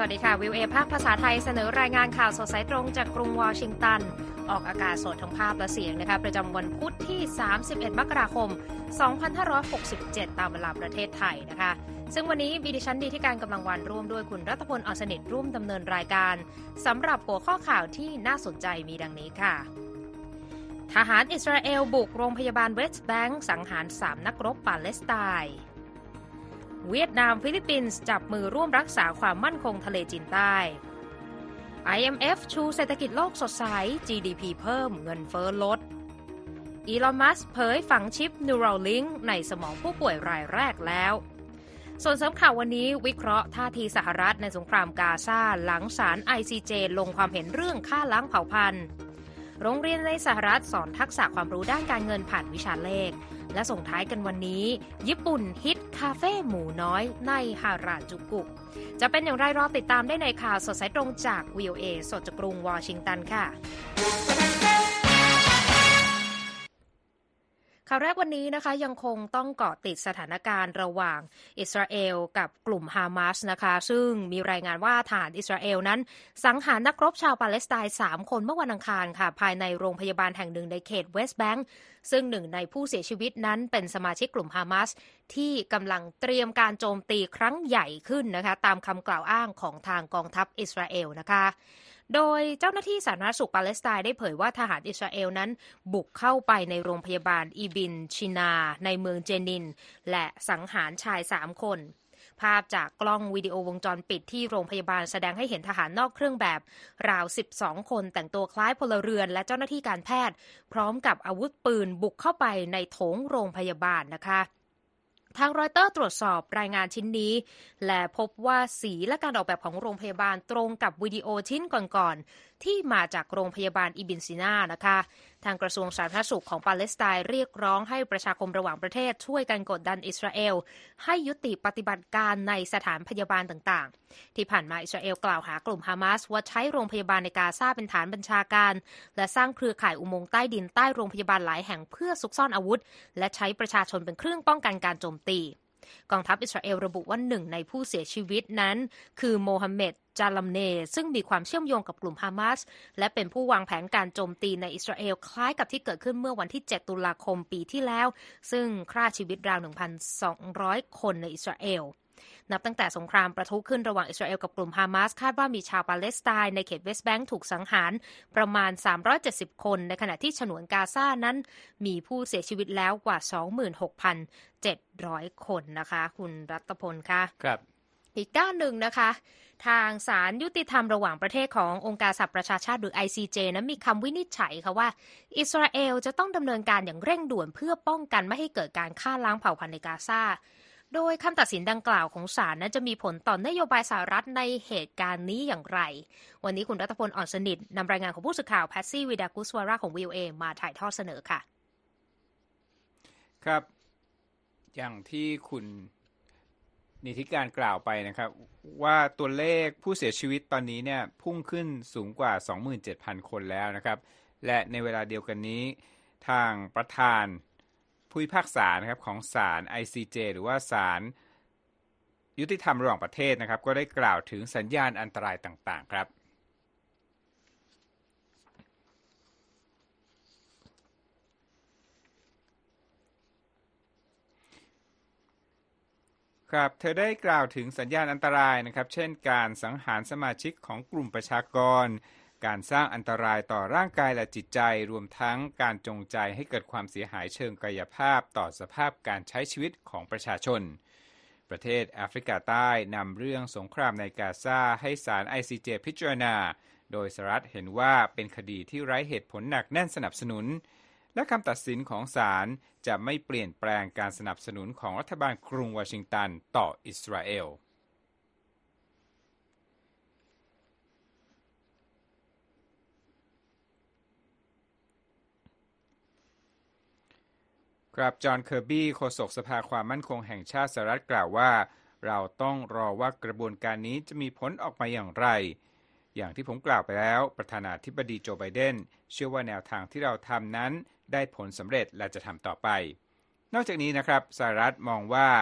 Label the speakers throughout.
Speaker 1: วัสดีค่ะวิวเอภาคภาษาไทยเสนอรายงานข่าวสดสายตรงจากกรุงวอชิงตันออกอากาศสดทั้งภาพและเสียงนะคะประจำวันพุธที่31มกราคม2567ตามเวลาประเทศไทยนะคะซึ่งวันนี้มีดิฉันดีที่การกำลังวันร่วมด้วยคุณรัตพล อ่อนสนิทร่วมดำเนินรายการสำหรับหัวข้อข่าวที่น่าสนใจมีดังนี้ค่ะทหารอิสราเอลบุกโรงพยาบาลเวสต์แบงก์สังหาร3นักรบปาเลสไตน์เวียดนามฟิลิปปินส์จับมือร่วมรักษาความมั่นคงทะเลจีนใต้ IMF ชูเศรษฐกิจโลกสดใส GDP เพิ่มเงินเฟ้อลดอีลอน มัสก์เผยฝังชิป Neuralink ในสมองผู้ป่วยรายแรกแล้วส่วนสำคัญวันนี้วิเคราะห์ท่าทีสหรัฐในสงครามกาซาหลังศาล ICJ ลงความเห็นเรื่องฆ่าล้างเผ่าพันธุ์โรงเรียนในสหรัฐสอนทักษะความรู้ด้านการเงินผ่านวิชาเลขและส่งท้ายกันวันนี้ญี่ปุ่นฮิตคาเฟ่หมูน้อยในฮาราจูกุจะเป็นอย่างไรรอติดตามได้ในข่าวสดสายตรงจาก VOA สดจากกรุงวอชิงตันค่ะข่าวแรกวันนี้นะคะยังคงต้องเกาะติดสถานการณ์ระหว่างอิสราเอลกับกลุ่มฮามาสนะคะซึ่งมีรายงานว่าทหารอิสราเอลนั้นสังหารนักรบชาวปาเลสไตน์3คนเมื่อวันอังคารค่ะภายในโรงพยาบาลแห่งหนึ่งในเขตเวสต์แบงก์ซึ่งหนึ่งในผู้เสียชีวิตนั้นเป็นสมาชิกกลุ่มฮามาสที่กำลังเตรียมการโจมตีครั้งใหญ่ขึ้นนะคะตามคำกล่าวอ้างของทางกองทัพอิสราเอลนะคะโดยเจ้าหน้าที่สาธารณสุขปาเลสไตน์ได้เผยว่าทหารอิสราเอลนั้นบุกเข้าไปในโรงพยาบาลอีบินชินาในเมืองเจนินและสังหารชาย3คนภาพจากกล้องวิดีโอวงจรปิดที่โรงพยาบาลแสดงให้เห็นทหารนอกเครื่องแบบราว12คนแต่งตัวคล้ายพลเรือนและเจ้าหน้าที่การแพทย์พร้อมกับอาวุธปืนบุกเข้าไปในโถงโรงพยาบาลนะคะทางรอยเตอร์ตรวจสอบรายงานชิ้นนี้และพบว่าสีและการออกแบบของโรงพยาบาลตรงกับวิดีโอชิ้นก่อนๆที่มาจากโรงพยาบาลอิบินซินานะคะทางกระทรวงสาธารณสุขของปาเลสไตน์เรียกร้องให้ประชาคมระหว่างประเทศช่วยกันกดดันอิสราเอลให้ยุติปฏิบัติการในสถานพยาบาลต่างๆที่ผ่านมาอิสราเอลกล่าวหากลุ่มฮามาสว่าใช้โรงพยาบาลในกาซาเป็นฐานบัญชาการและสร้างเครือข่ายอุโมงค์ใต้ดินใต้โรงพยาบาลหลายแห่งเพื่อซุกซ่อนอาวุธและใช้ประชาชนเป็นเครื่องป้องกันการโจมตีกองทัพอิสราเอลระบุว่าหนึ่งในผู้เสียชีวิตนั้นคือโมฮัมเหม็ด จาลัมเนซึ่งมีความเชื่อมโยงกับกลุ่มฮามาสและเป็นผู้วางแผนการโจมตีในอิสราเอลคล้ายกับที่เกิดขึ้นเมื่อวันที่7ตุลาคมปีที่แล้วซึ่งฆ่าชีวิตราว 1,200 คนในอิสราเอลนับตั้งแต่สงครามประทุขึ้นระหว่างอิสราเอลกับกลุ่มฮามาสคาดว่ามีชาวปาเลสไตน์ในเขตเวสต์แบงก์ถูกสังหารประมาณ370คนในขณะที่ฉนวนกาซานั้นมีผู้เสียชีวิตแล้วกว่า 26,700 คนนะคะคุณรัตพลคะ
Speaker 2: ครับ
Speaker 1: อีกด้านหนึ่งนะคะทางศาลยุติธรรมระหว่างประเทศขององค์การสหประชาชาติหรือ ICJ นั้นมีคำวินิจฉัยค่ะว่าอิสราเอลจะต้องดำเนินการอย่างเร่งด่วนเพื่อป้องกันไม่ให้เกิดการฆ่าล้างเผ่าพันธุ์ในกาซาโดยคำตัดสินดังกล่าวของศาลนั้นจะมีผลต่อนโยบายสหรัฐในเหตุการณ์นี้อย่างไรวันนี้คุณรัตพล อ่อนสนิทนำรายงานของผู้สื่อข่าวแพทซี่วิดากุสวาราของ VOA มาถ่ายทอดเสนอค่ะ
Speaker 2: ครับอย่างที่คุณนิติการกล่าวไปนะครับว่าตัวเลขผู้เสียชีวิตตอนนี้เนี่ยพุ่งขึ้นสูงกว่า 27,000 คนแล้วนะครับและในเวลาเดียวกันนี้ทางประธานผู้พิพากษานะครับของศาล ICJ หรือว่าศาลยุติธรรมระหว่างประเทศนะครับก็ได้กล่าวถึงสัญญาณอันตรายต่างๆครับครับเธอได้กล่าวถึงสัญญาณอันตรายนะครับเช่นการสังหารสมาชิกของกลุ่มประชากรการสร้างอันตรายต่อร่างกายและจิตใจรวมทั้งการจงใจให้เกิดความเสียหายเชิงกายภาพต่อสภาพการใช้ชีวิตของประชาชนประเทศแอฟริกาใต้นำเรื่องสงครามในกาซาให้ศาล ICJ พิจารณาโดยสหรัฐเห็นว่าเป็นคดีที่ไร้เหตุผลหนักแน่นสนับสนุนและคำตัดสินของศาลจะไม่เปลี่ยนแปลงการสนับสนุนของรัฐบาลกรุงวอชิงตันต่ออิสราเอลครับจอห์น เคอร์บี้โฆษกสภาความมั่นคงแห่งชาติสหรัฐกล่าวว่าเราต้องรอว่ากระบวนการนี้จะมีผลออกมาอย่างไรอย่างที่ผมกล่าวไปแล้วประธานาธิบดีโจไบเดนเชื่อว่าแนวทางที่เราทำนั้นได้ผลสำเร็จและจะทำต่อไปนอกจากนี้นะครับสหรัฐมองว่า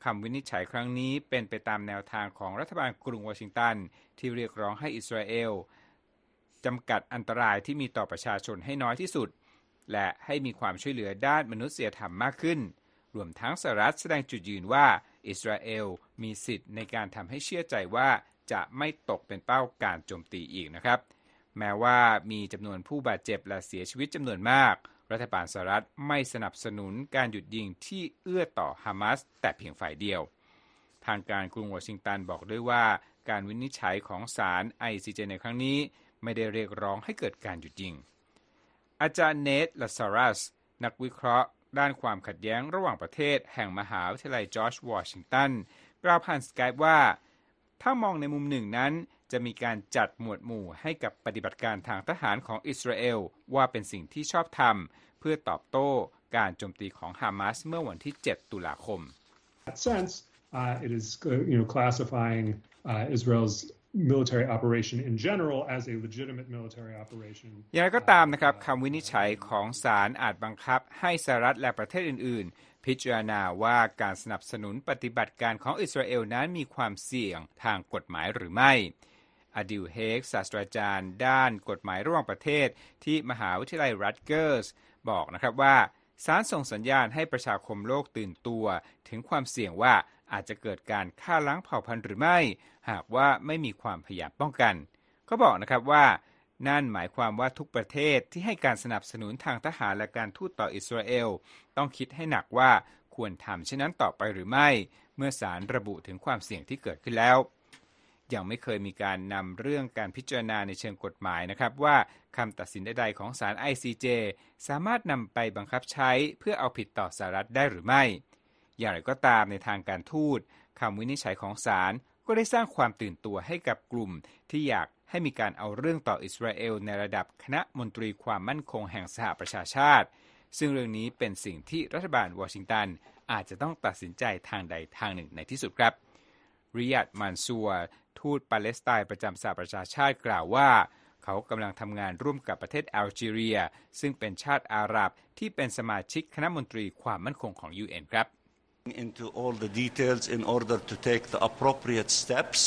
Speaker 2: คำวินิจฉัยครั้งนี้เป็นไปตามแนวทางของรัฐบาลกรุงวอชิงตันที่เรียกร้องให้อิสราเอลจำกัดอันตรายที่มีต่อประชาชนให้น้อยที่สุดและให้มีความช่วยเหลือด้านมนุษยธรรมมากขึ้นรวมทั้งสหรัฐแสดงจุดยืนว่าอิสราเอลมีสิทธิ์ในการทำให้เชื่อใจว่าจะไม่ตกเป็นเป้าการโจมตีอีกนะครับแม้ว่ามีจำนวนผู้บาดเจ็บและเสียชีวิตจำนวนมากรัฐบาลสหรัฐไม่สนับสนุนการหยุดยิงที่เอื้อต่อฮามาสแต่เพียงฝ่ายเดียวทางการกรุงวอชิงตันบอกด้วยว่าการวินิจฉัยของศาล ICJ ในครั้งนี้ไม่ได้เรียกร้องให้เกิดการหยุดยิงอาจารย์เนท ลาซารัสนักวิเคราะห์ด้านความขัดแย้งระหว่างประเทศแห่งมหาวิทยาลัยจอร์จวอชิงตันกล่าวผ่านสกายป์ว่าถ้ามองในมุมหนึ่งนั้นจะมีการจัดหมวดหมู่ให้กับปฏิบัติการทางทหารของอิสราเอลว่าเป็นสิ่งที่ชอบธรรมเพื่อตอบโต้การโจมตีของฮามาสเมื่อวันที่ 7 ตุลาคม
Speaker 3: that sense, it is classifying Israel's military operation in general as a legitimate military operation.
Speaker 2: อย่างไรก็ตามนะครับคำวินิจฉัยของศาลอาจบังคับให้สหรัฐและประเทศอื่นๆพิจารณาว่าการสนับสนุนปฏิบัติการของอิสราเอลนั้นมีความเสี่ยงทางกฎหมายหรือไม่อดิลเฮกศาสตราจารย์ด้านกฎหมายระหว่างประเทศที่มหาวิทยาลัยรัตเกอร์สบอกนะครับว่าศาลส่งสัญญาณให้ประชาคมโลกตื่นตัวถึงความเสี่ยงว่าอาจจะเกิดการฆ่าล้างเผ่าพันธุ์หรือไม่หากว่าไม่มีความพยายามป้องกันเขาบอกนะครับว่านั่นหมายความว่าทุกประเทศที่ให้การสนับสนุนทางทหารและการทูตต่ออิสราเอลต้องคิดให้หนักว่าควรทำเช่นนั้นต่อไปหรือไม่เมื่อศาลระบุถึงความเสี่ยงที่เกิดขึ้นแล้วยังไม่เคยมีการนำเรื่องการพิจารณาในเชิงกฎหมายนะครับว่าคำตัดสินใดๆของศาล ICJ สามารถนำไปบังคับใช้เพื่อเอาผิดต่อสหรัฐได้หรือไม่อย่างไรก็ตามในทางการทูตคำวินิจฉัยของศาลก็ได้สร้างความตื่นตัวให้กับกลุ่มที่อยากให้มีการเอาเรื่องต่ออิสราเอลในระดับคณะมนตรีความมั่นคงแห่งสหประชาชาติซึ่งเรื่องนี้เป็นสิ่งที่รัฐบาลวอชิงตันอาจจะต้องตัดสินใจทางใดทางหนึ่งในที่สุดครับริยัด มันซูรทูตปาเลสไตน์ประจำสหประชาชาติกล่าวว่าเขากำลังทำงานร่วมกับประเทศแอลจีเรียซึ่งเป็นชาติอาหรับที่เป็นสมาชิกคณะมนตรีความมั่นคงของ UN ครับ
Speaker 4: into all the details in order to take the appropriate steps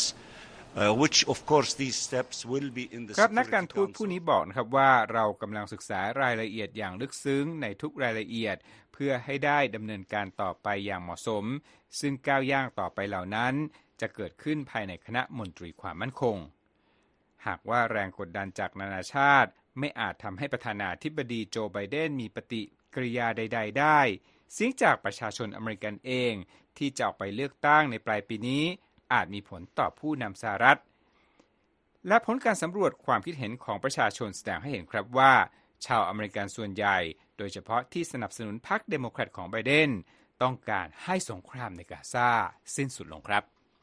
Speaker 4: which of course these steps will be in the
Speaker 2: ครับนักการทูตผู้นี้บอกนะครับว่าเรากำลังศึกษารายละเอียดอย่างลึกซึ้งในทุกรายละเอียดเพื่อให้ได้ดำเนินการต่อไปอย่างเหมาะสมซึ่งก้าวย่างต่อไปเหล่านั้นจะเกิดขึ้นภายในคณะมนตรีความมั่นคงหากว่าแรงกดดันจากนานาชาติไม่อาจทำให้ประธานาธิบดีโจไบเดนมีปฏิกิริยาใดๆได้เสียงจากประชาชนอเมริกันเองที่จะออกไปเลือกตั้งในปลายปีนี้อาจมีผลต่อผู้นำสหรัฐและผลการสำรวจความคิดเห็นของประชาชนแสดงให้เห็นครับว่าชาวอเมริกันส่วนใหญ่โดยเฉพาะที่สนับสนุนพรรคเดโมแครตของไบเดนต้องการให้สงครามในกาซาสิ้นสุดลงครับ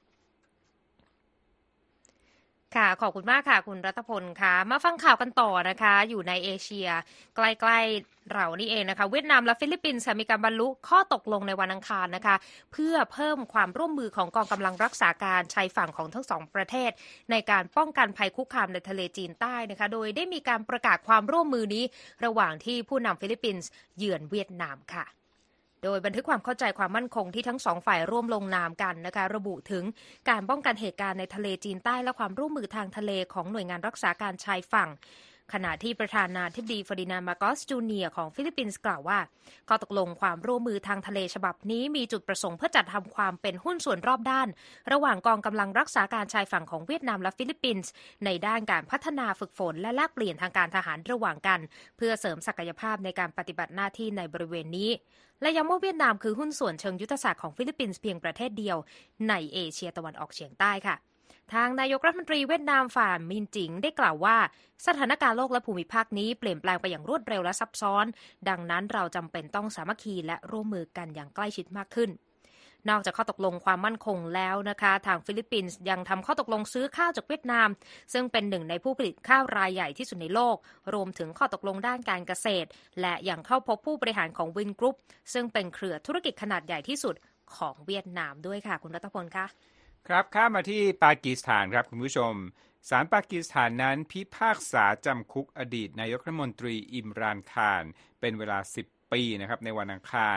Speaker 1: ค่ะขอบคุณมากค่ะคุณรัตพลค่ะมาฟังข่าวกันต่อนะคะอยู่ในเอเชียใกล้ๆเรานี่เองนะคะเวียดนามและฟิลิปปินส์มีการบรรลุข้อตกลงในวันอังคารนะคะเพื่อเพิ่มความร่วมมือของกองกำลังรักษาการชายฝั่งของทั้งสองประเทศในการป้องกันภัยคุกคามในทะเลจีนใต้นะคะโดยได้มีการประกาศความร่วมมือนี้ระหว่างที่ผู้นำฟิลิปปินส์เยือนเวียดนามค่ะโดยบันทึกความเข้าใจความมั่นคงที่ทั้งสองฝ่ายร่วมลงนามกันนะคะระบุถึงการป้องกันเหตุการณ์ในทะเลจีนใต้และความร่วมมือทางทะเลของหน่วยงานรักษาการชายฝั่งขณะที่ประธานาธิบดีเฟอร์ดินานด์ มาร์โกส จูเนียร์ของฟิลิปปินส์กล่าวว่าข้อตกลงความร่วมมือทางทะเลฉบับนี้มีจุดประสงค์เพื่อจัดทำความเป็นหุ้นส่วนรอบด้านระหว่างกองกำลังรักษาการชายฝั่งของเวียดนามและฟิลิปปินส์ในด้านการพัฒนาฝึกฝนและแลกเปลี่ยนทางการทหารระหว่างกันเพื่อเสริมศักยภาพในการปฏิบัติหน้าที่ในบริเวณนี้และย้ำว่าเวียดนามคือหุ้นส่วนเชิงยุทธศาสตร์ของฟิลิปปินส์เพียงประเทศเดียวในเอเชียตะวันออกเฉียงใต้ค่ะทางนายกรัฐมนตรีเวียดนามฝ่ายมินจิงได้กล่าวว่าสถานการณ์โลกและภูมิภาคนี้เปลี่ยนแปลงไปอย่างรวดเร็วและซับซ้อนดังนั้นเราจำเป็นต้องสามัคคีและร่วมมือกันอย่างใกล้ชิดมากขึ้นนอกจากข้อตกลงความมั่นคงแล้วนะคะทางฟิลิปปินส์ยังทำข้อตกลงซื้อข้าวจากเวียดนามซึ่งเป็นหนึ่งในผู้ผลิตข้าวรายใหญ่ที่สุดในโลกรวมถึงข้อตกลงด้านการเกษตรและยังเข้าพบผู้บริหารของวินกรุ๊ปซึ่งเป็นเครือธุรกิจขนาดใหญ่ที่สุดของเวียดนามด้วยค่ะคุณรัตพลคะ
Speaker 2: ครับข้ามมาที่ปากีสถานครับคุณผู้ชมศาลปากีสถานนั้นพิพากษาจำคุกอดีตนายกรัฐมนตรีอิมรานข่านเป็นเวลา10 ปีนะครับในวันอังคาร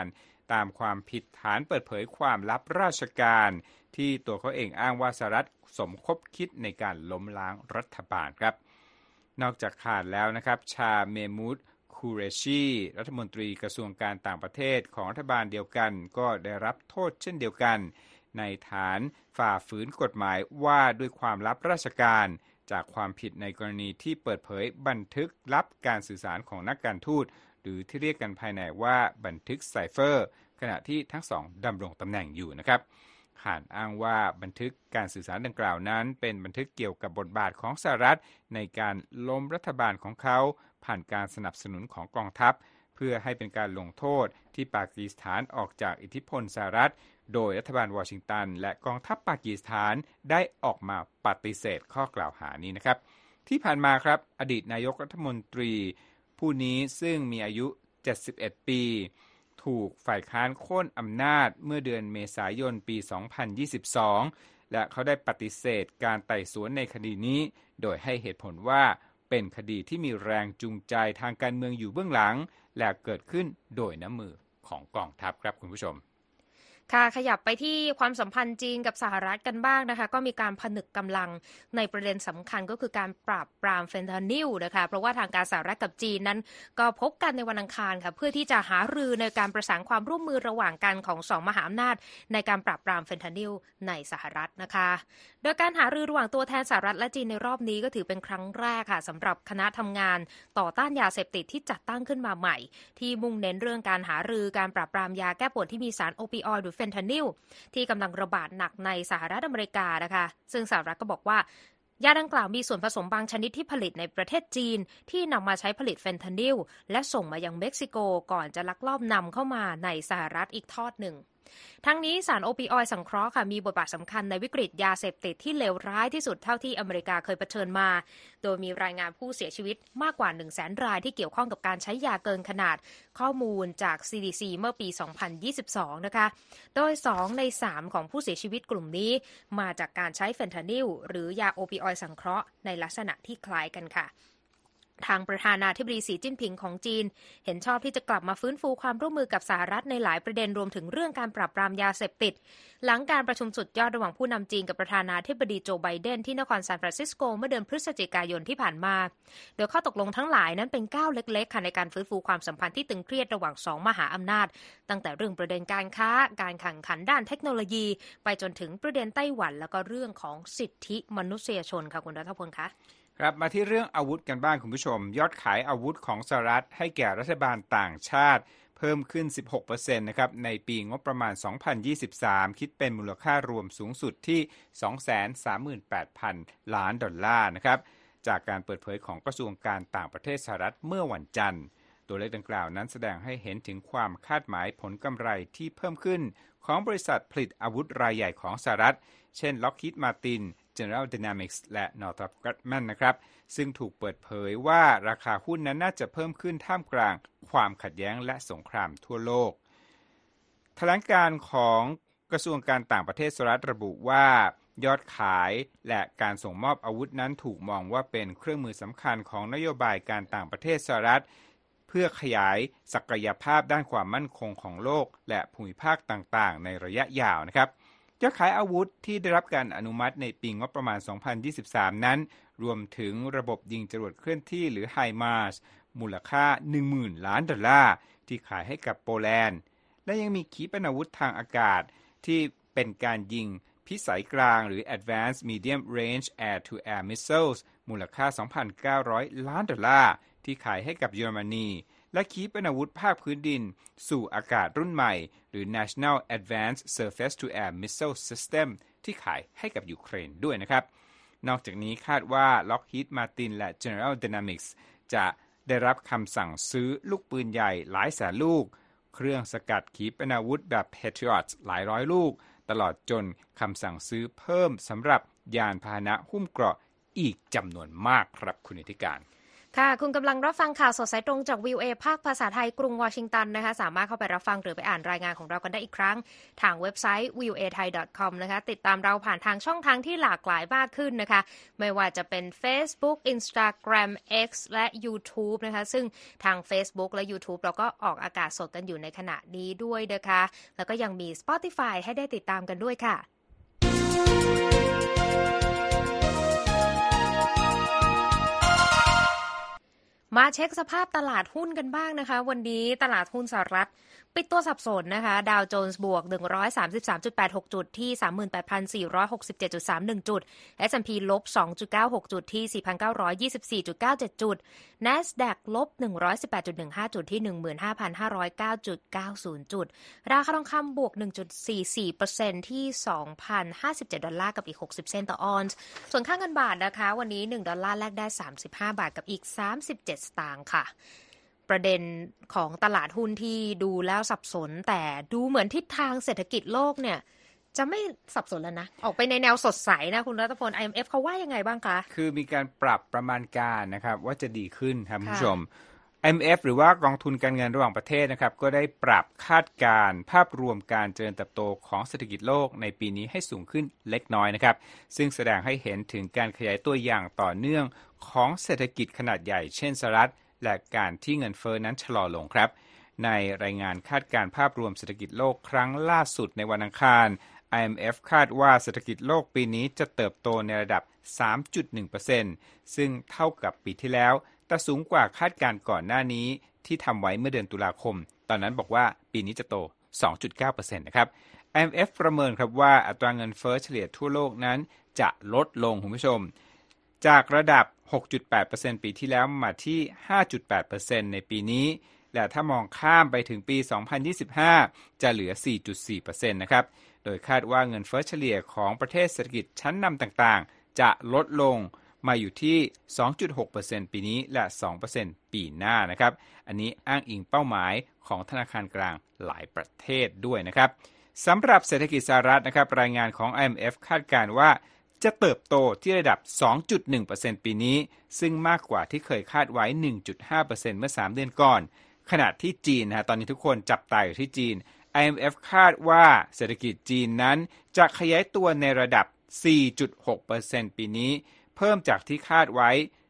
Speaker 2: ตามความผิดฐานเปิดเผยความลับราชการที่ตัวเขาเองอ้างว่าสหรัฐสมคบคิดในการล้มล้างรัฐบาลครับนอกจากขาดแล้วนะครับชาเมมูดคูเรชีรัฐมนตรีกระทรวงการต่างประเทศของรัฐบาลเดียวกันก็ได้รับโทษเช่นเดียวกันในฐานฝ่าฝืนกฎหมายว่าด้วยความลับราชการจากความผิดในกรณีที่เปิดเผยบันทึกลับการสื่อสารของนักการทูตหรือที่เรียกกันภายในว่าบันทึกไซเฟอร์ขณะที่ทั้งสองดำรงตำแหน่งอยู่นะครับขานอ้างว่าบันทึกการสื่อสารดังกล่าวนั้นเป็นบันทึกเกี่ยวกับบทบาทของสหรัฐในการล้มรัฐบาลของเขาผ่านการสนับสนุนของกองทัพเพื่อให้เป็นการลงโทษที่ปากีสถานออกจากอิทธิพลสหรัฐโดยรัฐบาลวอชิงตันและกองทัพปากีสถานได้ออกมาปฏิเสธข้อกล่าวหานี้นะครับที่ผ่านมาครับอดีตนายกรัฐมนตรีผู้นี้ซึ่งมีอายุ71ปีถูกฝ่ายค้านโค่นอำนาจเมื่อเดือนเมษายนปี 2022 และเขาได้ปฏิเสธการไต่สวนในคดีนี้โดยให้เหตุผลว่าเป็นคดีที่มีแรงจูงใจทางการเมืองอยู่เบื้องหลังและเกิดขึ้นโดยน้ำมือของกองทัพครับคุณผู้ชม
Speaker 1: ค่ะขยับไปที่ความสัมพันธ์จีนกับสหรัฐกันบ้างนะคะก็มีการผนึกกำลังในประเด็นสำคัญก็คือการปราบปรามเฟนทานิลนะคะเพราะว่าทางการสหรัฐกับจีนนั้นก็พบกันในวันอังคารค่ะเพื่อที่จะหารือในการประสานความร่วมมือระหว่างกันของ2มหาอำนาจในการปราบปรามเฟนทานิลในสหรัฐนะคะโดยการหารือระหว่างตัวแทนสหรัฐและจีนในรอบนี้ก็ถือเป็นครั้งแรกค่ะสำหรับคณะทำงานต่อต้านยาเสพติดที่จัดตั้งขึ้นมาใหม่ที่มุ่งเน้นเรื่องการหารือการปราบปรามยาแก้ปวดที่มีสารโอปิออยด์หรือเฟนทานิลที่กำลังระบาดหนักในสหรัฐอเมริกานะคะซึ่งสหรัฐก็บอกว่ายาดังกล่าวมีส่วนผสมบางชนิดที่ผลิตในประเทศจีนที่นำมาใช้ผลิตเฟนทานิลและส่งมายังเม็กซิโกก่อนจะลักลอบนำเข้ามาในสหรัฐอีกทอดหนึ่งทั้งนี้สารโอปิออยด์สังเคราะห์ค่ะมีบทบาทสำคัญในวิกฤตยาเสพติดที่เลวร้ายที่สุดเท่าที่อเมริกาเคยเผชิญมาโดยมีรายงานผู้เสียชีวิตมากกว่า 100,000 รายที่เกี่ยวข้องกับการใช้ยาเกินขนาดข้อมูลจาก CDC เมื่อปี 2022 นะคะโดย2ใน3ของผู้เสียชีวิตกลุ่มนี้มาจากการใช้เฟนทานิลหรือยาโอปิออยด์สังเคราะห์ในลักษณะที่คล้ายกันค่ะทางประธานาธิบดีสีจิ้นผิงของจีนเห็นชอบที่จะกลับมาฟื้นฟูความร่วมมือกับสหรัฐในหลายประเด็นรวมถึงเรื่องการปราบปรามยาเสพติดหลังการประชุมสุดยอดระหว่างผู้นำจีนกับประธานาธิบดีโจไบเดนที่นครซานฟรานซิสโกเมื่อเดือนพฤศจิกายนที่ผ่านมาโดยข้อตกลงทั้งหลายนั้นเป็นก้าวเล็กๆค่ะในการฟื้นฟูความสัมพันธ์ที่ตึงเครียดระหว่าง2มหาอำนาจตั้งแต่เรื่องประเด็นการค้าการแข่งขันด้านเทคโนโลยีไปจนถึงประเด็นไต้หวันแล้วก็เรื่องของสิทธิมนุษยชนค่ะคุณรัฐพลคะ
Speaker 2: ครับมาที่เรื่องอาวุธกันบ้างคุณผู้ชมยอดขายอาวุธของสหรัฐให้แก่รัฐบาลต่างชาติเพิ่มขึ้น 16% นะครับในปีงบประมาณ 2023 คิดเป็นมูลค่ารวมสูงสุดที่ 238,000 ล้านดอลลาร์นะครับจากการเปิดเผยของกระทรวงการต่างประเทศสหรัฐเมื่อวันจันทร์ตัวเลขดังกล่าวนั้นแสดงให้เห็นถึงความคาดหมายผลกำไรที่เพิ่มขึ้นของบริษัทผลิตอาวุธรายใหญ่ของสหรัฐเช่น Lockheed Martin General Dynamics และ Northrop Grumman นะครับซึ่งถูกเปิดเผยว่าราคาหุ้นนั้นน่าจะเพิ่มขึ้นท่ามกลางความขัดแย้งและสงครามทั่วโลกแถลงการของกระทรวงการต่างประเทศสหรัฐระบุว่ายอดขายและการส่งมอบอาวุธนั้นถูกมองว่าเป็นเครื่องมือสำคัญของนโยบายการต่างประเทศสหรัฐเพื่อขยายศักยภาพด้านความมั่นคงของโลกและภูมิภาคต่างๆในระยะยาวนะครับยอดขายอาวุธที่ได้รับการอนุมัติในปีงบประมาณ 2023 นั้นรวมถึงระบบยิงจรวดเคลื่อนที่หรือ HIMARS มูลค่า 10,000 ล้านดอลลาร์ที่ขายให้กับโปแลนด์และยังมีขีปนาวุธทางอากาศที่เป็นการยิงพิสัยกลางหรือ Advanced Medium Range Air-to-Air Missiles มูลค่า 2,900 ล้านดอลลาร์ที่ขายให้กับเยอรมนีและขีปนาวุธภาคพื้นดินสู่อากาศรุ่นใหม่หรือ National Advanced Surface-to-Air Missile System ที่ขายให้กับยูเครนด้วยนะครับนอกจากนี้คาดว่า Lockheed Martin และ General Dynamics จะได้รับคำสั่งซื้อลูกปืนใหญ่หลายแสนลูกเครื่องสกัดขีปนาวุธแบบ Patriot หลายร้อยลูกตลอดจนคำสั่งซื้อเพิ่มสำหรับยานพาหนะหุ้มเกราะอีกจำนวนมากครับคุณนิติการ
Speaker 1: ค่ะคุณกำลังรับฟังข่าวสดสายตรงจาก VOA ภาคภาษาไทยกรุงวอชิงตันนะคะสามารถเข้าไปรับฟังหรือไปอ่านรายงานของเรากันได้อีกครั้งทางเว็บไซต์ voathai.com นะคะติดตามเราผ่านทางช่องทางที่หลากหลายมากขึ้นนะคะไม่ว่าจะเป็น Facebook Instagram X และ YouTube นะคะซึ่งทาง Facebook และ YouTube เราก็ออกอากาศสดกันอยู่ในขณะนี้ด้วยนะคะแล้วก็ยังมี Spotify ให้ได้ติดตามกันด้วยค่ะมาเช็คสภาพตลาดหุ้นกันบ้างนะคะวันนี้ตลาดหุ้นสหรัฐปิดตัวสับสนนะคะดาวโจนส์บวก 133.86 จุดที่ 38,467.31 จุด S&P ลบ 2.96 จุดที่ 4,924.97 จุด NASDAQ ลบ 118.15 จุดที่ 15,509.90 จุดราคาทองคำบวก 1.44% ที่ 2,057 ดอลลาร์กับอีก60 เซนต์ต่อออนซ์ส่วนค่าเงินบาทนะคะวันนี้1ดอลลาร์แลกได้35บาทกับอีก37สตางค์ค่ะประเด็นของตลาดหุ้นที่ดูแล้วสับสนแต่ดูเหมือนทิศทางเศรษฐกิจโลกเนี่ยจะไม่สับสนแล้วนะออกไปในแนวสดใสนะคุณรัตพล IMF เขาว่ายังไงบ้างคะ
Speaker 2: คือมีการปรับประมาณการนะครับว่าจะดีขึ้นครับคุณผู้ชม IMF หรือว่ากองทุนการเงินระหว่างประเทศนะครับก็ได้ปรับคาดการณ์ภาพรวมการเจริญเติบโตของเศรษฐกิจโลกในปีนี้ให้สูงขึ้นเล็กน้อยนะครับซึ่งแสดงให้เห็นถึงการขยายตัวอย่างต่อเนื่องของเศรษฐกิจขนาดใหญ่เช่นสหรัฐและการที่เงินเฟ้อนั้นชะลอลงครับในรายงานคาดการณ์ภาพรวมเศรษฐกิจโลกครั้งล่าสุดในวันอังคาร IMF คาดว่าเศรษฐกิจโลกปีนี้จะเติบโตในระดับ 3.1% ซึ่งเท่ากับปีที่แล้วแต่สูงกว่าคาดการณ์ก่อนหน้านี้ที่ทำไว้เมื่อเดือนตุลาคมตอนนั้นบอกว่าปีนี้จะโต 2.9% นะครับ IMF ประเมินครับว่าอัตราเงินเฟ้อเฉลี่ยทั่วโลกนั้นจะลดลงคุณผู้ชมจากระดับ 6.8% ปีที่แล้วมาที่ 5.8% ในปีนี้และถ้ามองข้ามไปถึงปี 2025 จะเหลือ 4.4% นะครับโดยคาดว่าเงินเฟ้อเฉลี่ยของประเทศเศรษฐกิจชั้นนำต่างๆจะลดลงมาอยู่ที่ 2.6% ปีนี้และ 2% ปีหน้านะครับอันนี้อ้างอิงเป้าหมายของธนาคารกลางหลายประเทศด้วยนะครับสำหรับเศรษฐกิจสหรัฐนะครับรายงานของ IMF คาดการณ์ว่าจะเติบโตที่ระดับ 2.1% ปีนี้ซึ่งมากกว่าที่เคยคาดไว้ 1.5% เมื่อ3เดือนก่อนขณะที่จีนนะตอนนี้ทุกคนจับตาอยู่ที่จีน IMF คาดว่าเศรษฐกิจจีนนั้นจะขยายตัวในระดับ 4.6% ปีนี้เพิ่มจากที่คาดไว้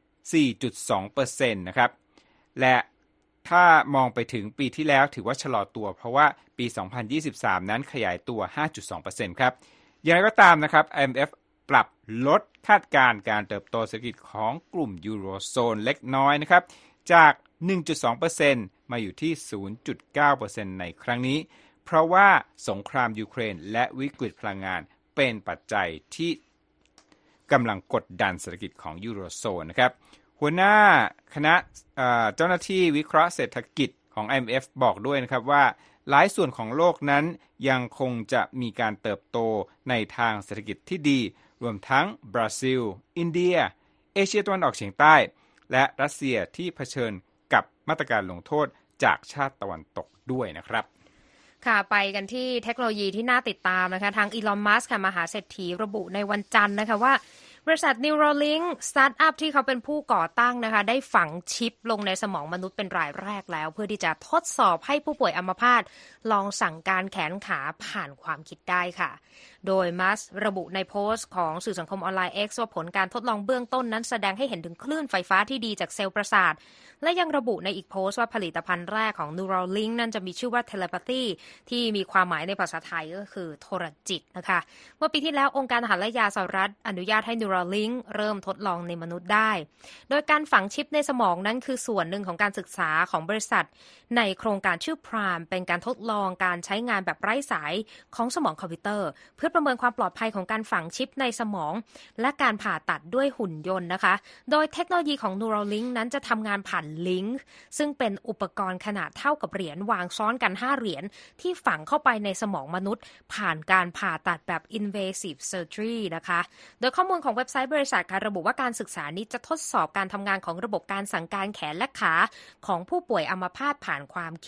Speaker 2: 4.2% นะครับและถ้ามองไปถึงปีที่แล้วถือว่าชะลอตัวเพราะว่าปี 2023 นั้นขยายตัว 5.2% ครับอย่างไรก็ตามนะครับ IMF ปรับลดคาดการณ์การเติบโตเศรษฐกิจของกลุ่มยูโรโซนเล็กน้อยนะครับจาก 1.2% มาอยู่ที่ 0.9% ในครั้งนี้เพราะว่าสงครามยูเครนและวิกฤตพลังงานเป็นปัจจัยที่กำลังกดดันเศรษฐกิจของยูโรโซนนะครับหัวหน้าคณะเจ้าหน้าที่วิเคราะห์เศรษฐกิจของ IMF บอกด้วยนะครับว่าหลายส่วนของโลกนั้นยังคงจะมีการเติบโตในทางเศรษฐกิจที่ดีรวมทั้งบราซิลอินเดียเอเชียตะวันออกเฉียงใต้และรัสเซียที่เผชิญกับมาตรการลงโทษจากชาติตะวันตกด้วยนะครับ
Speaker 1: ค่ะไปกันที่เทคโนโลยีที่น่าติดตามนะคะทางอีลอนมัสก์ค่ะมหาเศรษฐีระบุในวันจันทร์นะคะว่าบริษัท Neuralink สตาร์ทอัพที่เขาเป็นผู้ก่อตั้งนะคะได้ฝังชิปลงในสมองมนุษย์เป็นรายแรกแล้วเพื่อที่จะทดสอบให้ผู้ป่วยอัมพาตลองสั่งการแขนขาผ่านความคิดได้ค่ะโดยมัสระบุในโพสต์ของสื่อสังคมออนไลน์ X ว่าผลการทดลองเบื้องต้นนั้นแสดงให้เห็นถึงคลื่นไฟฟ้าที่ดีจากเซลล์ประสาทและยังระบุในอีกโพสต์ว่าผลิตภัณฑ์แรกของ Neuralink นั้นจะมีชื่อว่า Telepathy ที่มีความหมายในภาษาไทยก็คือโทรจิตนะคะเมื่อปีที่แล้วองค์การอาหารและยาสหรัฐอนุญาตให้ Neuralink เริ่มทดลองในมนุษย์ได้โดยการฝังชิปในสมองนั้นคือส่วนหนึ่งของการศึกษาของบริษัทในโครงการชื่อ Prime เป็นการทดลองการใช้งานแบบไร้สายของสมองคอมพิวเตอร์เพื่อประเมินความปลอดภัยของการฝังชิปในสมองและการผ่าตัดด้วยหุ่นยนต์นะคะโดยเทคโนโลยีของ Neuralink นั้นจะทำงานผ่านลิงก์ซึ่งเป็นอุปกรณ์ขนาดเท่ากับเหรียญวางซ้อนกัน5เหรียญที่ฝังเข้าไปในสมองมนุษย์ผ่านการผ่าตัดแบบ invasive surgery นะคะโดยข้อมูลของเว็บไซต์บริษัทค่ะระบุว่าการศึกษานี้จะทดสอบการทำงานของระบบการสั่งการแขนและขาของผู้ป่วยอัมพาตผ่านความคิด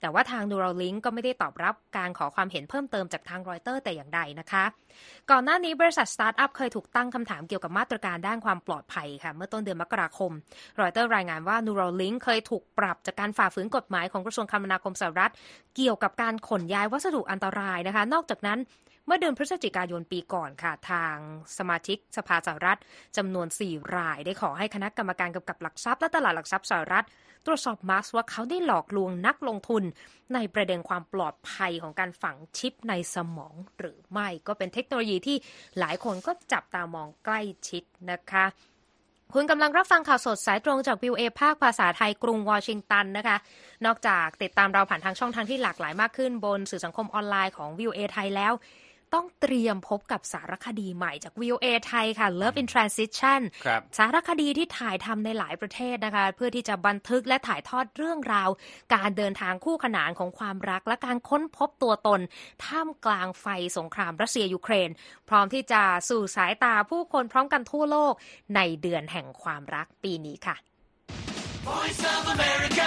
Speaker 1: แต่ว่าทาง Neuralink ก็ไม่ได้ตอบรับการขอความเห็นเพิ่มเติมจากทางรอยเตอร์แต่อย่างใดนะคะก่อนหน้านี้บริษัทสตาร์ทอัพเคยถูกตั้งคำถามเกี่ยวกับมาตรการด้านความปลอดภัยค่ะเมื่อต้นเดือนมกราคมรอยเตอร์รายงานว่า Neuralink เคยถูกปรับจากการฝ่าฝืนกฎหมายของกระทรวงคมนาคมสหรัฐเกี่ยวกับการขนย้ายวัสดุอันตรายนะคะนอกจากนั้นเมื่อเดือนพฤศจิกายนปีก่อนค่ะทางสมาชิกสภาสหรัฐจำนวน4รายได้ขอให้คณะกรรมการกำกับหลักทรัพย์และตลาดหลักทรัพย์สหรัฐตรวจสอบมาร์คว่าเขาได้หลอกลวงนักลงทุนในประเด็นความปลอดภัยของการฝังชิปในสมองหรือไม่ก็เป็นเทคโนโลยีที่หลายคนก็จับตามองใกล้ชิดนะคะคุณกำลังรับฟังข่าวสดสายตรงจาก VOA ภาคภาษาไทยกรุงวอชิงตันนะคะนอกจากติดตามเราผ่านทางช่องทางที่หลากหลายมากขึ้นบนสื่อสังคมออนไลน์ของ VOA ไทยแล้วต้องเตรียมพบกับสารคดีใหม่จาก VOA ไทยค่ะ Love in Transition สารคดีที่ถ่ายทำในหลายประเทศนะคะเพื่อที่จะบันทึกและถ่ายทอดเรื่องราวการเดินทางคู่ขนานของความรักและการค้นพบตัวตนท่ามกลางไฟสงครามรัสเซียยูเครนพร้อมที่จะสู่สายตาผู้คนพร้อมกันทั่วโลกในเดือนแห่งความรักปีนี้ค่ะ Voice of America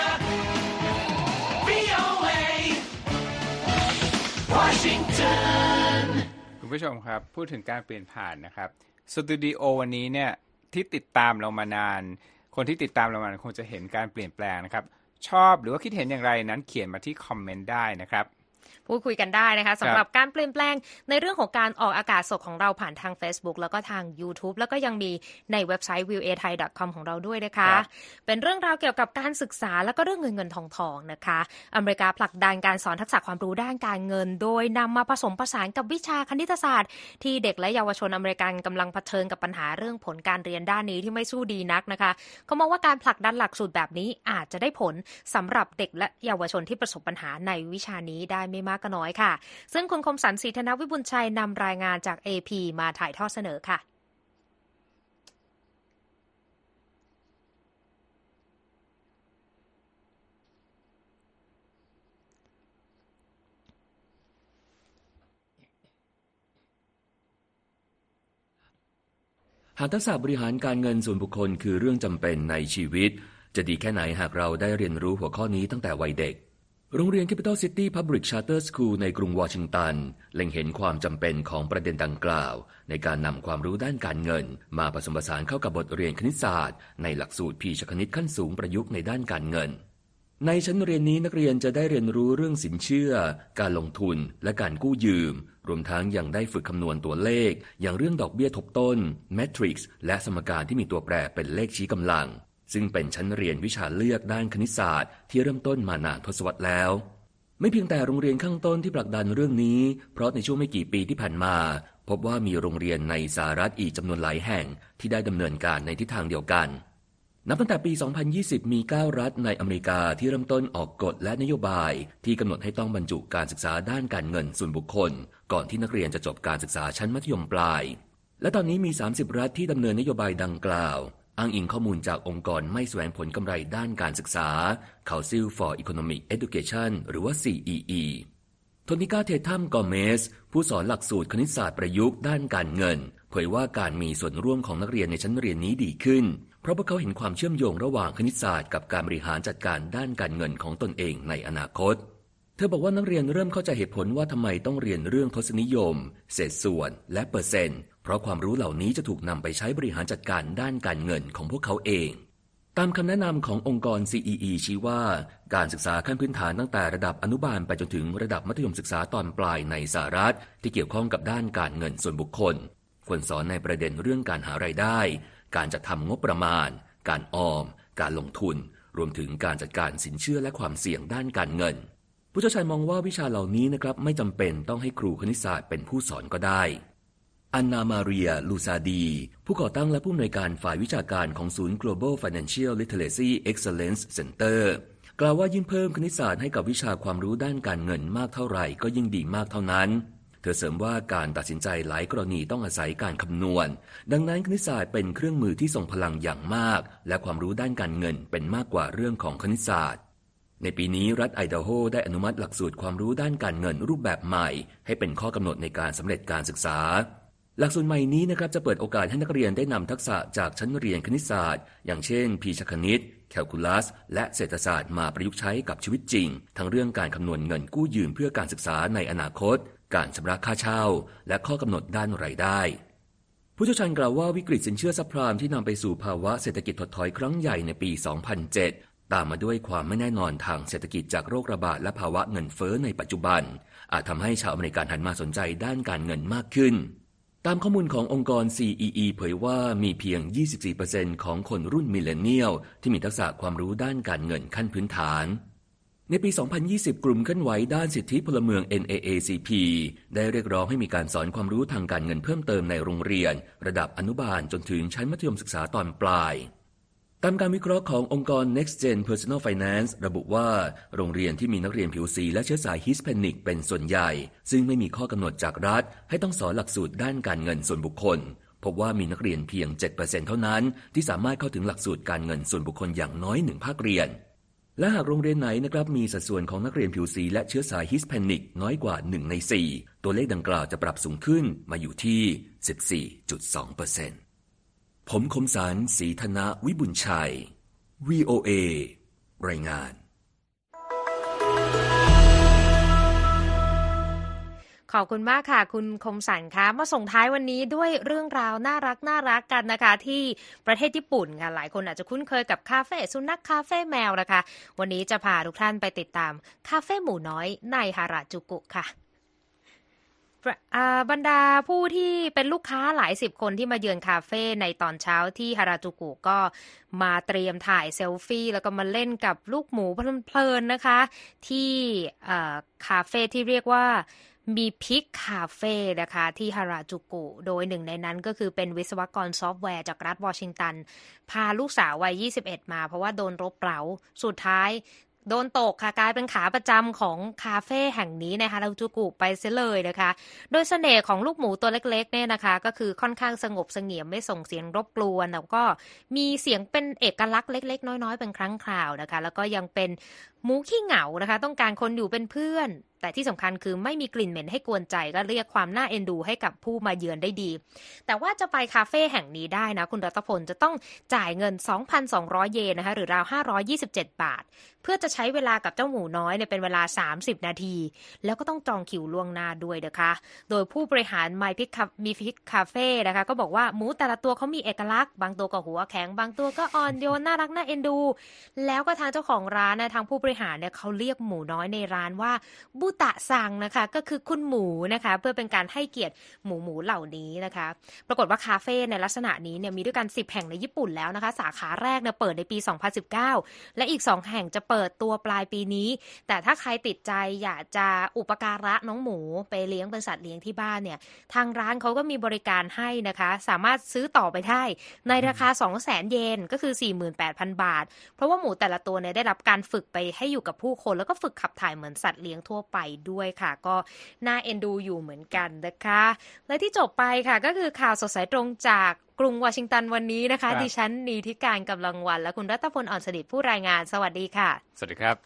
Speaker 1: VOA
Speaker 2: Washingtonคุณผู้ชมครับพูดถึงการเปลี่ยนผ่านนะครับสตูดิโอวันนี้เนี่ยที่ติดตามเรามานานคนที่ติดตามเรามานานคงจะเห็นการเปลี่ยนแปลงนะครับชอบหรือว่าคิดเห็นอย่างไรนั้นเขียนมาที่คอมเมนต์ได้นะครับ
Speaker 1: พูดคุยกันได้นะคะสำหรับการเปลี่ยนแปลงในเรื่องของการออกอากาศสดของเราผ่านทาง Facebook แล้วก็ทาง YouTube แล้วก็ยังมีในเว็บไซต์ voathai.com ของเราด้วยนะคะเป็นเรื่องราวเกี่ยวกับการศึกษาแล้วก็เรื่องเงินทองนะคะอเมริกาผลักดันการสอนทักษะความรู้ด้านการเงินโดยนำมาผสมผสานกับวิชาคณิตศาสตร์ที่เด็กและเยาวชนอเมริกันกำลังเผชิญกับปัญหาเรื่องผลการเรียนด้านนี้ที่ไม่สู้ดีนักนะคะเขามองว่าการผลักดันหลักสูตรแบบนี้อาจจะได้ผลสำหรับเด็กและเยาวชนที่ประสบปัญหาในวิชานี้ได้ไม่มากก็น้อยค่ะซึ่งคุณคมสันต์ ศรีธนวิบุญชัยนำรายงานจาก AP มาถ่ายทอดเสนอค่ะ
Speaker 5: หากทักษะบริหารการเงินส่วนบุคคลคือเรื่องจำเป็นในชีวิตจะดีแค่ไหนหากเราได้เรียนรู้หัวข้อนี้ตั้งแต่วัยเด็กโรงเรียน Capital City Public Charter School ในกรุงวอชิงตันเล็งเห็นความจำเป็นของประเด็นดังกล่าวในการนำความรู้ด้านการเงินมาผสมผสานเข้ากับบทเรียนคณิตศาสตร์ในหลักสูตรพีชคณิตขั้นสูงประยุกต์ในด้านการเงินในชั้นเรียนนี้นักเรียนจะได้เรียนรู้เรื่องสินเชื่อการลงทุนและการกู้ยืมรวมทั้งยังได้ฝึกคำนวณตัวเลขอย่างเรื่องดอกเบี้ยทบต้นแมทริกซ์และสมการที่มีตัวแปรเป็นเลขชี้กำลังซึ่งเป็นชั้นเรียนวิชาเลือกด้านคณิตศาสตร์ที่เริ่มต้นมานานทศวรรษแล้วไม่เพียงแต่โรงเรียนข้างต้นที่ผลักดันเรื่องนี้เพราะในช่วงไม่กี่ปีที่ผ่านมาพบว่ามีโรงเรียนในสหรัฐอีกจำนวนหลายแห่งที่ได้ดำเนินการในทิศทางเดียวกันนับตั้งแต่ปี 2020 มี 9 รัฐในอเมริกาที่เริ่มต้นออกกฎและนโยบายที่กำหนดให้ต้องบรรจุการศึกษาด้านการเงินส่วนบุคคลก่อนที่นักเรียนจะจบการศึกษาชั้นมัธยมปลายและตอนนี้มี 30 รัฐที่ดำเนินนโยบายดังกล่าวอ้างอิงข้อมูลจากองค์กรไม่แสวงผลกำไรด้านการศึกษา Council for Economic Education หรือว่า CEE โทนิก้า เททัม กอเมสผู้สอนหลักสูตรคณิตศาสตร์ประยุกต์ด้านการเงินเผยว่าการมีส่วนร่วมของนักเรียนในชั้นเรียนนี้ดีขึ้นเพราะพวกเขาเห็นความเชื่อมโยงระหว่างคณิตศาสตร์กับการบริหารจัดการด้านการเงินของตนเองในอนาคตเธอบอกว่านักเรียนเริ่มเข้าใจเหตุผลว่าทำไมต้องเรียนเรื่องทศนิยมเศษส่วนและเปอร์เซ็นต์เพราะความรู้เหล่านี้จะถูกนำไปใช้บริหารจัดการด้านการเงินของพวกเขาเองตามคำแนะนำขององค์กร CEE ชี้ว่าการศึกษาขั้นพื้นฐานตั้งแต่ระดับอนุบาลไปจนถึงระดับมัธยมศึกษาตอนปลายในสหรัฐที่เกี่ยวข้องกับด้านการเงินส่วนบุคคลควรสอนในประเด็นเรื่องการหารายได้การจัดทำงบประมาณการออมการลงทุนรวมถึงการจัดการสินเชื่อและความเสี่ยงด้านการเงินผู้เชี่ยวชาญมองว่าวิชาเหล่านี้นะครับไม่จำเป็นต้องให้ครูคณิตศาสตร์เป็นผู้สอนก็ได้อันนามาเรีย ลูซาดีผู้ก่อตั้งและผู้อำนวยการฝ่ายวิชาการของศูนย์ Global Financial Literacy Excellence Center กล่าวว่ายิ่งเพิ่มคณิตศาสตร์ให้กับวิชาความรู้ด้านการเงินมากเท่าไหร่ก็ยิ่งดีมากเท่านั้นเธอเสริมว่าการตัดสินใจหลายกรณีต้องอาศัยการคำนวณดังนั้นคณิตศาสตร์เป็นเครื่องมือที่ทรงพลังอย่างมากและความรู้ด้านการเงินเป็นมากกว่าเรื่องของคณิตศาสตร์ในปีนี้รัฐไอดาโฮได้อนุมัติหลักสูตรความรู้ด้านการเงินรูปแบบใหม่ให้เป็นข้อกำหนดในการสำเร็จการศึกษาหลักสูตรใหม่นี้นะครับจะเปิดโอกาสให้นักเรียนได้นำทักษะจากชั้นเรียนคณิตศาสตร์อย่างเช่นพีชคณิตแคลคูลัสและเศรษฐศาสตร์มาประยุกต์ใช้กับชีวิตจริงทั้งเรื่องการคำนวณเงินกู้ยืมเพื่อการศึกษาในอนาคตการชำระค่าเช่าและข้อกำหนดด้านรายได้ผู้เชี่ยวชาญกล่าวว่าวิกฤตสินเชื่อซับไพรม์ที่นำไปสู่ภาวะเศรษฐกิจถดถอยครั้งใหญ่ในปี 2007 ตามมาด้วยความไม่แน่นอนทางเศรษฐกิจจากโรคระบาดและภาวะเงินเฟ้อในปัจจุบันอาจทำให้ชาวอเมริกันหันมาสนใจด้านการเงินมากขึ้นตามข้อมูลขององค์กร CEE เผยว่ามีเพียง 24% ของคนรุ่นมิลเลนเนียลที่มีทักษะความรู้ด้านการเงินขั้นพื้นฐานในปี 2020 กลุ่มเคลื่อนไหวด้านสิทธิพลเมือง NAACP ได้เรียกร้องให้มีการสอนความรู้ทางการเงินเพิ่มเติมในโรงเรียนระดับอนุบาลจนถึงชั้นมัธยมศึกษาตอนปลายตามการวิเคราะห์ขององค์กร Next Gen Personal Finance ระบุว่าโรงเรียนที่มีนักเรียนผิวสีและเชื้อสายฮิสแปนิกเป็นส่วนใหญ่ซึ่งไม่มีข้อกำหนดจากรัฐให้ต้องสอนหลักสูตรด้านการเงินส่วนบุคคลพบว่ามีนักเรียนเพียง 7% เท่านั้นที่สามารถเข้าถึงหลักสูตรการเงินส่วนบุคคลอย่างน้อย1ภาคเรียนและหากโรงเรียนไหนนะครับมีสัดส่วนของนักเรียนผิวสีและเชื้อสายฮิสแปนิกน้อยกว่า1ใน4ตัวเลขดังกล่าวจะปรับสูงขึ้นมาอยู่ที่ 14.2%ผมคมสารศรีธนะวิบุญชัย VOA รายงาน
Speaker 1: ขอบคุณมากค่ะคุณคมสันคะมาส่งท้ายวันนี้ด้วยเรื่องราวน่ารักกันนะคะที่ประเทศญี่ปุ่นค่ะหลายคนอาจจะคุ้นเคยกับคาเฟ่สุนัขคาเฟ่แมวนะคะวันนี้จะพาทุกท่านไปติดตามคาเฟ่หมูน้อยในฮาราจูกุค่ะบรรดาผู้ที่เป็นลูกค้าหลายสิบคนที่มาเยือนคาเฟ่ในตอนเช้าที่ฮาราจูกุก็มาเตรียมถ่ายเซลฟี่แล้วก็มาเล่นกับลูกหมูเพลินๆนะคะที่คาเฟ่ที่เรียกว่ามีพิกคาเฟ่นะคะที่ฮาราจูกุโดยหนึ่งในนั้นก็คือเป็นวิศวกรซอฟต์แวร์จากรัฐวอชิงตันพาลูกสาววัย21มาเพราะว่าโดนรบเร้าสุดท้ายโดนตกค่ะกลายเป็นขาประจำของคาเฟ่แห่งนี้ในฮาราจูกุไปเสียเลยนะคะโดยเสน่ห์ของลูกหมูตัวเล็กๆเนี่ยนะคะก็คือค่อนข้างสงบเสงี่ยมไม่ส่งเสียงรบกวนแล้วก็มีเสียงเป็นเอกลักษณ์เล็กๆน้อยๆเป็นครั้งคราวนะคะแล้วก็ยังเป็นหมูขี้เหงานะคะต้องการคนอยู่เป็นเพื่อนแต่ที่สำคัญคือไม่มีกลิ่นเหม็นให้กวนใจก็เรียกความน่าเอ็นดูให้กับผู้มาเยือนได้ดีแต่ว่าจะไปคาเฟ่แห่งนี้ได้นะคุณรัตพลจะต้องจ่ายเงิน 2,200 เยนนะคะหรือราว527 บาทเพื่อจะใช้เวลากับเจ้าหมูน้อยเนี่ยเป็นเวลา30นาทีแล้วก็ต้องจองคิวล่วงหน้าด้วยนะคะโดยผู้บริหารมีพิกคาเฟ่นะคะก็บอกว่าหมูแต่ละตัวเขามีเอกลักษณ์บางตัวก็หัวแข็งบางตัวก็อ่อนโยนน่ารักน่าเอ็นดูแล้วก็ทางเจ้าของร้านนะทางผู้บริหารเนี่ยเขาเรียกหมูน้อยในร้านว่าบุตะซังนะคะก็คือคุณหมูนะคะเพื่อเป็นการให้เกียรติหมูเหล่านี้นะคะปรากฏว่าคาเฟ่ในลักษณะนี้เนี่ยมีด้วยกัน10แห่งในญี่ปุ่นแล้วนะคะสาขาแรกเนี่ยเปิดในปี2019และอีก2แห่งจะเปิดตัวปลายปีนี้แต่ถ้าใครติดใจอยากจะอุปการะน้องหมูไปเลี้ยงเป็นสัตว์เลี้ยงที่บ้านเนี่ยทางร้านเขาก็มีบริการให้นะคะสามารถซื้อต่อไปได้ในราคา 200,000 เยนก็คือ 48,000 บาทเพราะว่าหมูแต่ละตัวเนี่ยได้รับการฝึกไปให้อยู่กับผู้คนแล้วก็ฝึกขับถ่ายเหมือนสัตว์เลี้ยงทั่วไปด้วยค่ะก็น่าเอ็นดูอยู่เหมือนกันนะคะและที่จบไปค่ะก็คือข่าวสดสายตรงจากกรุงวอชิงตันวันนี้นะคะดิฉันนีธิการกำลังวันและคุณรัตพลอ่อนสนิทผู้รายงานสวัสดีค่ะ
Speaker 2: สวัสดีครับ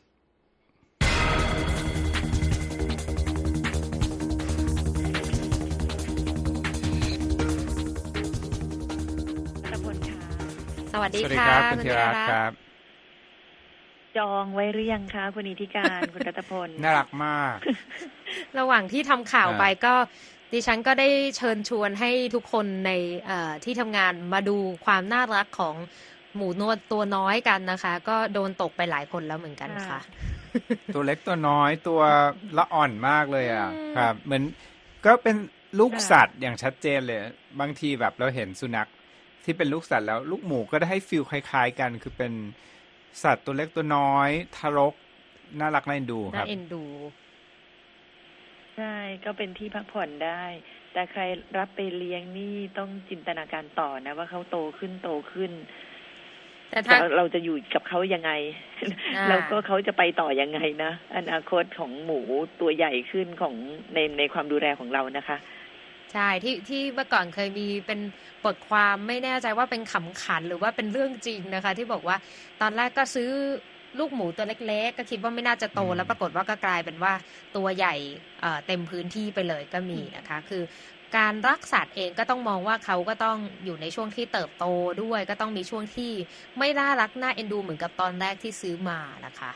Speaker 1: สวัสดีค่ะ
Speaker 2: คุณธีระครับ
Speaker 6: จองไว้หรือยังคะคุณนิติการคุณรัตพล
Speaker 2: น่ารักมาก
Speaker 1: ระหว่างที่ทำข่าวไปก็ดิฉันก็ได้เชิญชวนให้ทุกคนในที่ทำงานมาดูความน่ารักของหมูนวดตัวน้อยกันนะคะก็โดนตกไปหลายคนแล้วเหมือนกันค่ะ
Speaker 2: ตัวเล็กตัวน้อยตัวละอ่อนมากเลยอ่ะครับเหมือนก็เป็นลูกสัตว์อย่างชัดเจนเลยบางทีแบบเราเห็นสุนัขที่เป็นลูกสัตว์แล้วลูกหมูก็ได้ให้ฟีลคล้ายๆกันคือเป็นสัตว์ตัวเล็กตัวน้อยทารกน่ารักน่าเอ็นดูครับ
Speaker 1: น่าเอ็นดู
Speaker 6: ใช่ก็เป็นที่พักผ่อนได้แต่ใครรับไปเลี้ยงนี่ต้องจินตนาการต่อนะว่าเขาโตขึ้นแต่ถ้าเราจะอยู่กับเขายังไงแล้วก็เขาจะไปต่อยังไงนะอนาคตของหมูตัวใหญ่ขึ้นของในความดูแลของเรานะคะ
Speaker 1: ใช่ที่เมื่อก่อนเคยมีเป็นบทความไม่แน่ใจว่าเป็นขำขันหรือว่าเป็นเรื่องจริงนะคะที่บอกว่าตอนแรกก็ซื้อลูกหมูตัวเล็กๆก็คิดว่าไม่น่าจะโตแล้วปรากฏว่าก็กลายเป็นว่าตัวใหญ่เต็มพื้นที่ไปเลยก็มีนะคะคือการรักสัตว์เองก็ต้องมองว่าเขาก็ต้องอยู่ในช่วงที่เติบโตด้วยก็ต้องมีช่วงที่ไม่น่ารักน่าเอ็นดูเหมือนกับตอนแรกที่ซื้อมานะคะ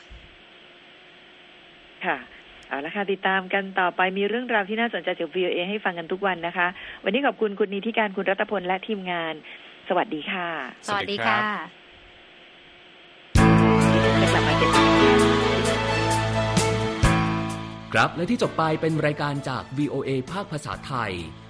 Speaker 6: ค่ะเอาละค่ะติดตามกันต่อไปมีเรื่องราวที่น่าสนใจจาก VOA ให้ฟังกันทุกวันนะคะวันนี้ขอบคุณคุณนิติการคุณรัตพลและทีมงานสวัสดีค่ะ
Speaker 1: สวัสดีค่ะ
Speaker 5: ครับและที่จบไปเป็นรายการจาก VOA ภาคภาษาไทย